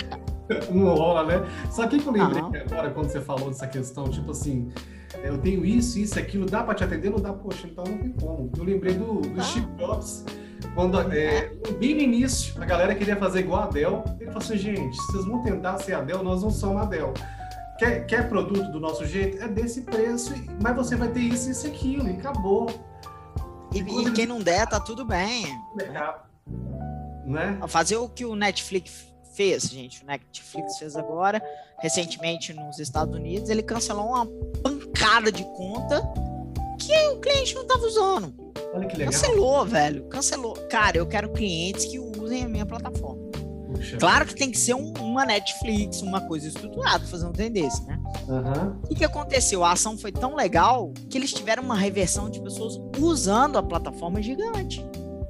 Não rola, né? Sabe o que eu lembrei que agora, quando você falou dessa questão, tipo assim, eu tenho isso, isso, aquilo, dá para te atender? Não dá, poxa, então não tem como. Eu lembrei do, do ah. Steve Jobs, quando, é, bem no início, a galera queria fazer igual a Dell, ele falou assim, gente, vocês vão tentar ser a Dell, nós não somos a Dell. Quer, quer produto do nosso jeito? É desse preço, mas você vai ter isso, isso e aquilo, e acabou. E, e quem não der, tá tudo bem. É. Né? Fazer o que o Netflix fez, gente. O Netflix fez agora, recentemente nos Estados Unidos, ele cancelou uma pancada de conta que o cliente não estava usando. Olha que legal. Cancelou, velho. Cancelou. Cara, eu quero clientes que usem a minha plataforma. Puxa, claro que tem que ser um, uma Netflix, uma coisa estruturada, fazer um trem desse, né? Uhum. O que, que aconteceu? A ação foi tão legal que eles tiveram uma reversão de pessoas usando a plataforma gigante.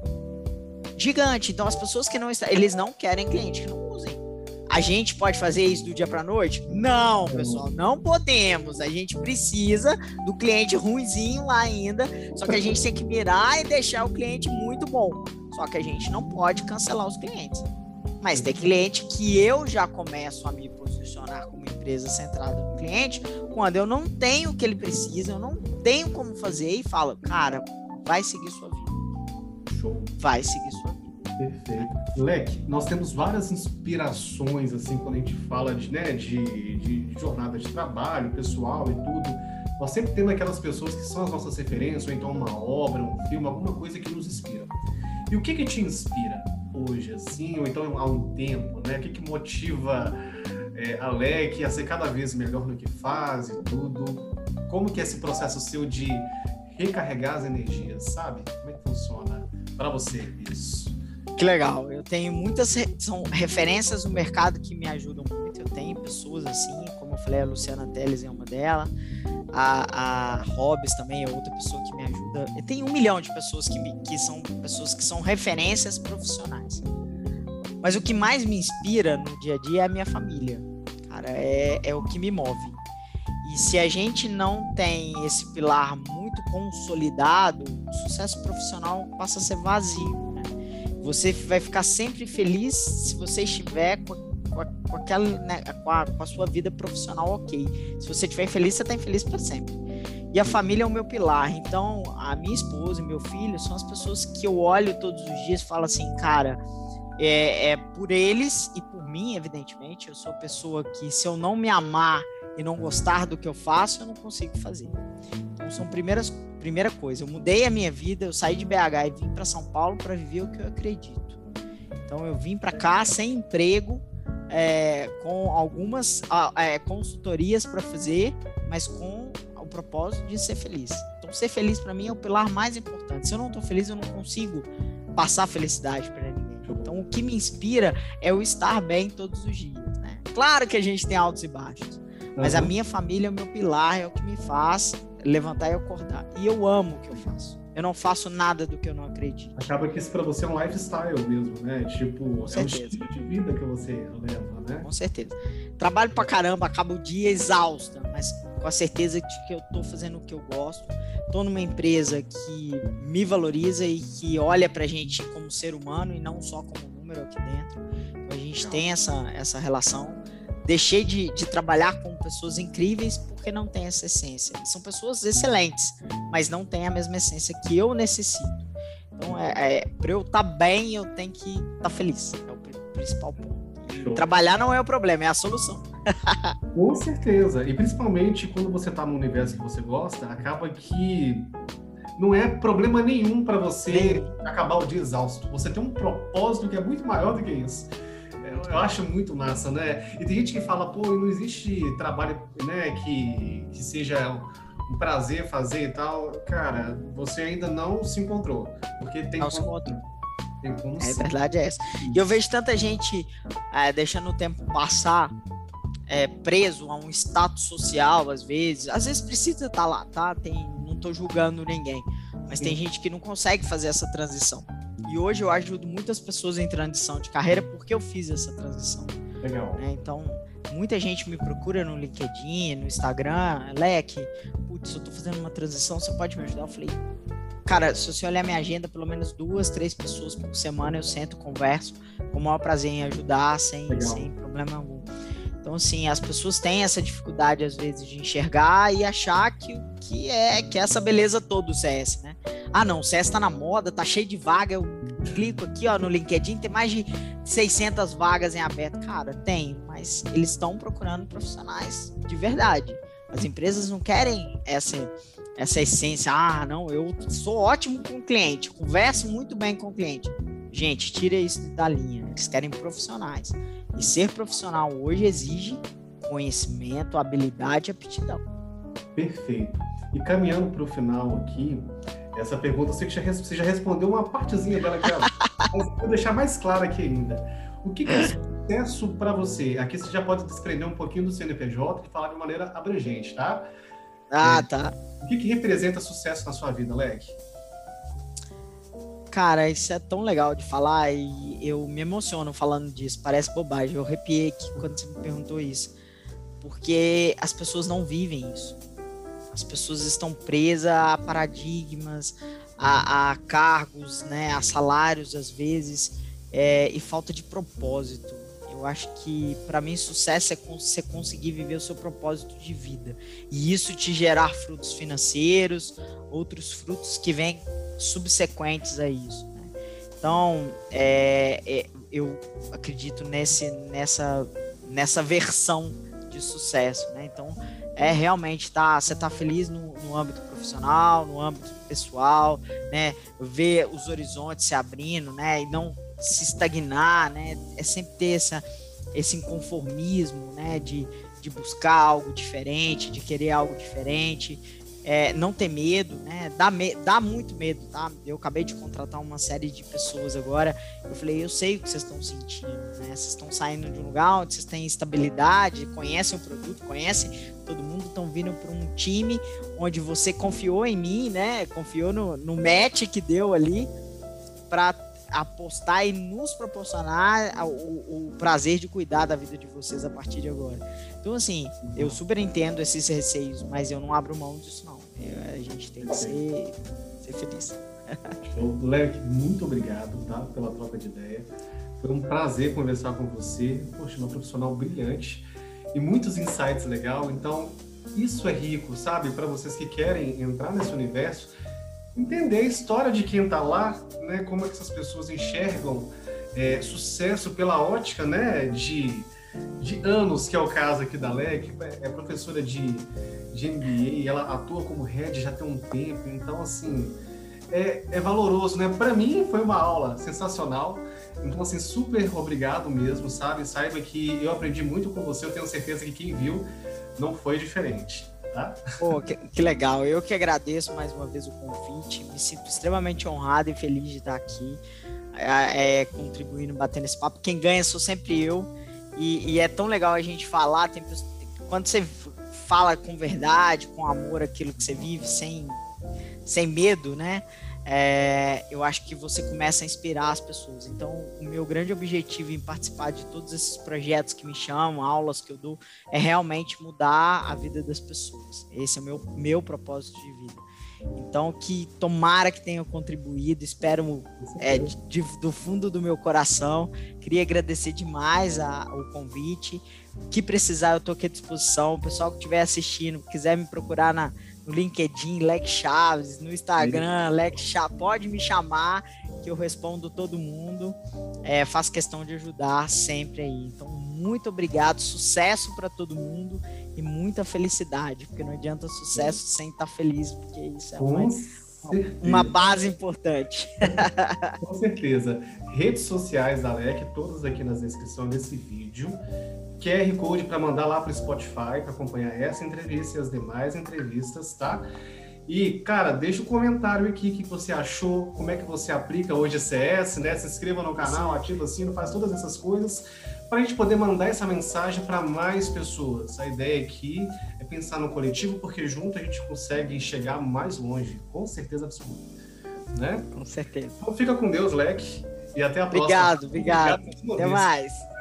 Gigante. Então, as pessoas que não estão... Eles não querem cliente que não usem. A gente pode fazer isso do dia para noite? Não, pessoal. Não podemos. A gente precisa do cliente ruinzinho lá ainda. Só que a gente tem que mirar e deixar o cliente muito bom. Só que a gente não pode cancelar os clientes. Mas tem cliente que eu já começo a me posicionar como empresa centrada no cliente quando eu não tenho o que ele precisa, eu não tenho como fazer e falo, cara, vai seguir sua vida. Show. Vai seguir sua vida. Perfeito. Leque, nós temos várias inspirações, assim, quando a gente fala de, né, de, de jornada de trabalho, pessoal e tudo. Nós sempre temos aquelas pessoas que são as nossas referências, ou então uma obra, um filme, alguma coisa que nos inspira. E o que que te inspira hoje, assim, ou então há um tempo, né? O que que motiva é, a Leque a ser cada vez melhor no que faz e tudo? Como que é esse processo seu de recarregar as energias, sabe? Como é que funciona para você isso? Que legal, eu tenho muitas re- são referências no mercado que me ajudam muito. Eu tenho pessoas assim, como eu falei, a Luciana Teles é uma delas, a, a Hobbs também é outra pessoa que me ajuda. Eu tenho um milhão de pessoas que, me, que são pessoas que são referências profissionais. Mas o que mais me inspira no dia a dia é a minha família, cara, é, é o que me move. E se a gente não tem esse pilar muito consolidado, o sucesso profissional passa a ser vazio. Você vai ficar sempre feliz se você estiver com com, a, com, aquela, né, com, a, com a sua vida profissional ok. Se você estiver infeliz, você está infeliz para sempre. E a família é o meu pilar. Então, a minha esposa e meu filho são as pessoas que eu olho todos os dias e falo assim, cara, é, é por eles e por mim, evidentemente. Eu sou a pessoa que, se eu não me amar e não gostar do que eu faço, eu não consigo fazer. Então, são primeiras, primeira coisa. Eu mudei a minha vida, eu saí de B H e vim para São Paulo para viver o que eu acredito. Então, eu vim para cá sem emprego, é, com algumas é, consultorias para fazer, mas com o propósito de ser feliz. Então, ser feliz para mim é o pilar mais importante. Se eu não estou feliz, eu não consigo passar felicidade para ninguém. Então, o que me inspira é o estar bem todos os dias, né? Claro que a gente tem altos e baixos, mas uhum. a minha família é o meu pilar, é o que me faz levantar e acordar. E eu amo o que eu faço. Eu não faço nada do que eu não acredito. Acaba que isso para você é um lifestyle mesmo, né? Tipo, é um estilo de vida que você leva, né? Com certeza. Trabalho pra caramba, acabo o dia exausta, mas com a certeza de que eu tô fazendo o que eu gosto. Tô numa empresa que me valoriza e que olha pra gente como ser humano e não só como número aqui dentro. Então a gente tem essa, essa relação. Deixei de, de trabalhar com pessoas incríveis porque não tem essa essência. São pessoas excelentes, mas não tem a mesma essência que eu necessito. Então, é, é, para eu estar tá bem, eu tenho que estar tá feliz. É o principal ponto. E trabalhar não é o problema, é a solução. Com certeza. E principalmente quando você está no universo que você gosta, acaba que não é problema nenhum para você Sim. acabar o dia exausto. Você tem um propósito que é muito maior do que isso. Eu acho muito massa, né? E tem gente que fala, pô, não existe trabalho, né, que, que seja um prazer fazer e tal. Cara, você ainda não se encontrou. Porque tem não como... se encontrou. Tem como é, ser. A verdade é essa. E eu vejo tanta gente é, deixando o tempo passar, é, preso a um status social, às vezes. Às vezes precisa estar lá, tá? Tem, não tô julgando ninguém. Mas Sim. tem gente que não consegue fazer essa transição. E hoje eu ajudo muitas pessoas em transição de carreira porque eu fiz essa transição. Legal. Né? Então, muita gente me procura no LinkedIn, no Instagram, Leque, putz, eu tô fazendo uma transição, você pode me ajudar? Eu falei, cara, se você olhar minha agenda, pelo menos duas, três pessoas por semana eu sento, converso, com o maior prazer em ajudar, sem, sem problema algum. Então, assim, as pessoas têm essa dificuldade, às vezes, de enxergar e achar que, que, é, que é essa beleza toda do C S, né? Ah, não, o C S tá na moda, tá cheio de vaga, eu clico aqui, ó, no LinkedIn, tem mais de seiscentas vagas em aberto. Cara, tem, mas eles estão procurando profissionais de verdade. As empresas não querem essa, essa essência, ah, não, eu sou ótimo com o cliente, converso muito bem com o cliente. Gente, tira isso da linha, eles querem profissionais. E ser profissional hoje exige conhecimento, habilidade e aptidão. Perfeito. E caminhando para o final aqui, essa pergunta, eu sei que você já respondeu uma partezinha dela aqui, mas vou deixar mais claro aqui ainda. O que é sucesso para você? Aqui você já pode desprender um pouquinho do C N P J e falar de maneira abrangente, tá? Ah, é, tá. O que, que representa sucesso na sua vida, Leque? Cara, isso é tão legal de falar e eu me emociono falando disso, parece bobagem, eu arrepiei aqui quando você me perguntou isso, porque as pessoas não vivem isso, as pessoas estão presas a paradigmas, a, a cargos, né, a salários às vezes, é, e falta de propósito. Eu acho que para mim sucesso é você conseguir viver o seu propósito de vida e isso te gerar frutos financeiros, outros frutos que vêm subsequentes a isso, né? Então é, é, eu acredito nesse, nessa, nessa versão de sucesso, né? Então é realmente tá, você tá feliz no, no âmbito profissional, no âmbito pessoal, né? Ver os horizontes se abrindo, né? E não se estagnar, né? É sempre ter essa, esse inconformismo, né? De, de buscar algo diferente, de querer algo diferente. É, não ter medo, né? Dá, me- dá muito medo, tá? Eu acabei de contratar uma série de pessoas agora. Eu falei, eu sei o que vocês estão sentindo, né? Vocês estão saindo de um lugar onde vocês têm estabilidade, conhecem o produto, conhecem todo mundo, estão vindo para um time onde você confiou em mim, né? Confiou no, no match que deu ali para apostar e nos proporcionar o, o prazer de cuidar da vida de vocês a partir de agora. Então, assim, eu super entendo esses receios, mas eu não abro mão disso, não. Eu, a gente tem que ser, ser feliz. Leque, muito obrigado, tá, pela troca de ideia. Foi um prazer conversar com você. Poxa, uma profissional brilhante e muitos insights legais. Então, isso é rico, sabe? Para vocês que querem entrar nesse universo, entender a história de quem está lá, né? Como é que essas pessoas enxergam é, sucesso pela ótica, né? De, de anos, que é o caso aqui da Lec. É professora de, de M B A, ela atua como head já tem um tempo. Então, assim, é, é valoroso, né? Para mim, foi uma aula sensacional. Então, assim, super obrigado mesmo, sabe? Saiba que eu aprendi muito com você. Eu tenho certeza que quem viu não foi diferente. Tá? Pô, que, que legal, eu que agradeço mais uma vez o convite, me sinto extremamente honrado e feliz de estar aqui, é, é, contribuindo, batendo esse papo. Quem ganha sou sempre eu, e, e é tão legal a gente falar, tem, quando você fala com verdade, com amor aquilo que você vive, sem, sem medo, né? É, eu acho que você começa a inspirar as pessoas. Então, o meu grande objetivo em participar de todos esses projetos que me chamam, aulas que eu dou, é realmente mudar a vida das pessoas. Esse é o meu, meu propósito de vida. Então, que tomara que tenha contribuído, espero é, de, de, do fundo do meu coração. Queria agradecer demais a, o convite. O que precisar, eu estou aqui à disposição. O pessoal que estiver assistindo, quiser me procurar na no LinkedIn, Leque Chaves, no Instagram, Leque Chaves, pode me chamar que eu respondo todo mundo, é, faço questão de ajudar sempre aí. Então, muito obrigado, sucesso para todo mundo e muita felicidade, porque não adianta sucesso sem estar feliz, porque isso é uma, uma base importante. Com certeza. Redes sociais da Lec, todas aqui na descrição desse vídeo. Q R Code para mandar lá para o Spotify para acompanhar essa entrevista e as demais entrevistas, tá? E, cara, deixa um comentário aqui o que você achou, como é que você aplica hoje C S, né? Se inscreva no canal, ativa o sino, faz todas essas coisas para a gente poder mandar essa mensagem para mais pessoas. A ideia aqui é pensar no coletivo, porque junto a gente consegue chegar mais longe, com certeza absoluta, né? Com certeza. Então fica com Deus, Leque, e até a obrigado, próxima. Obrigado, obrigado. Até mais.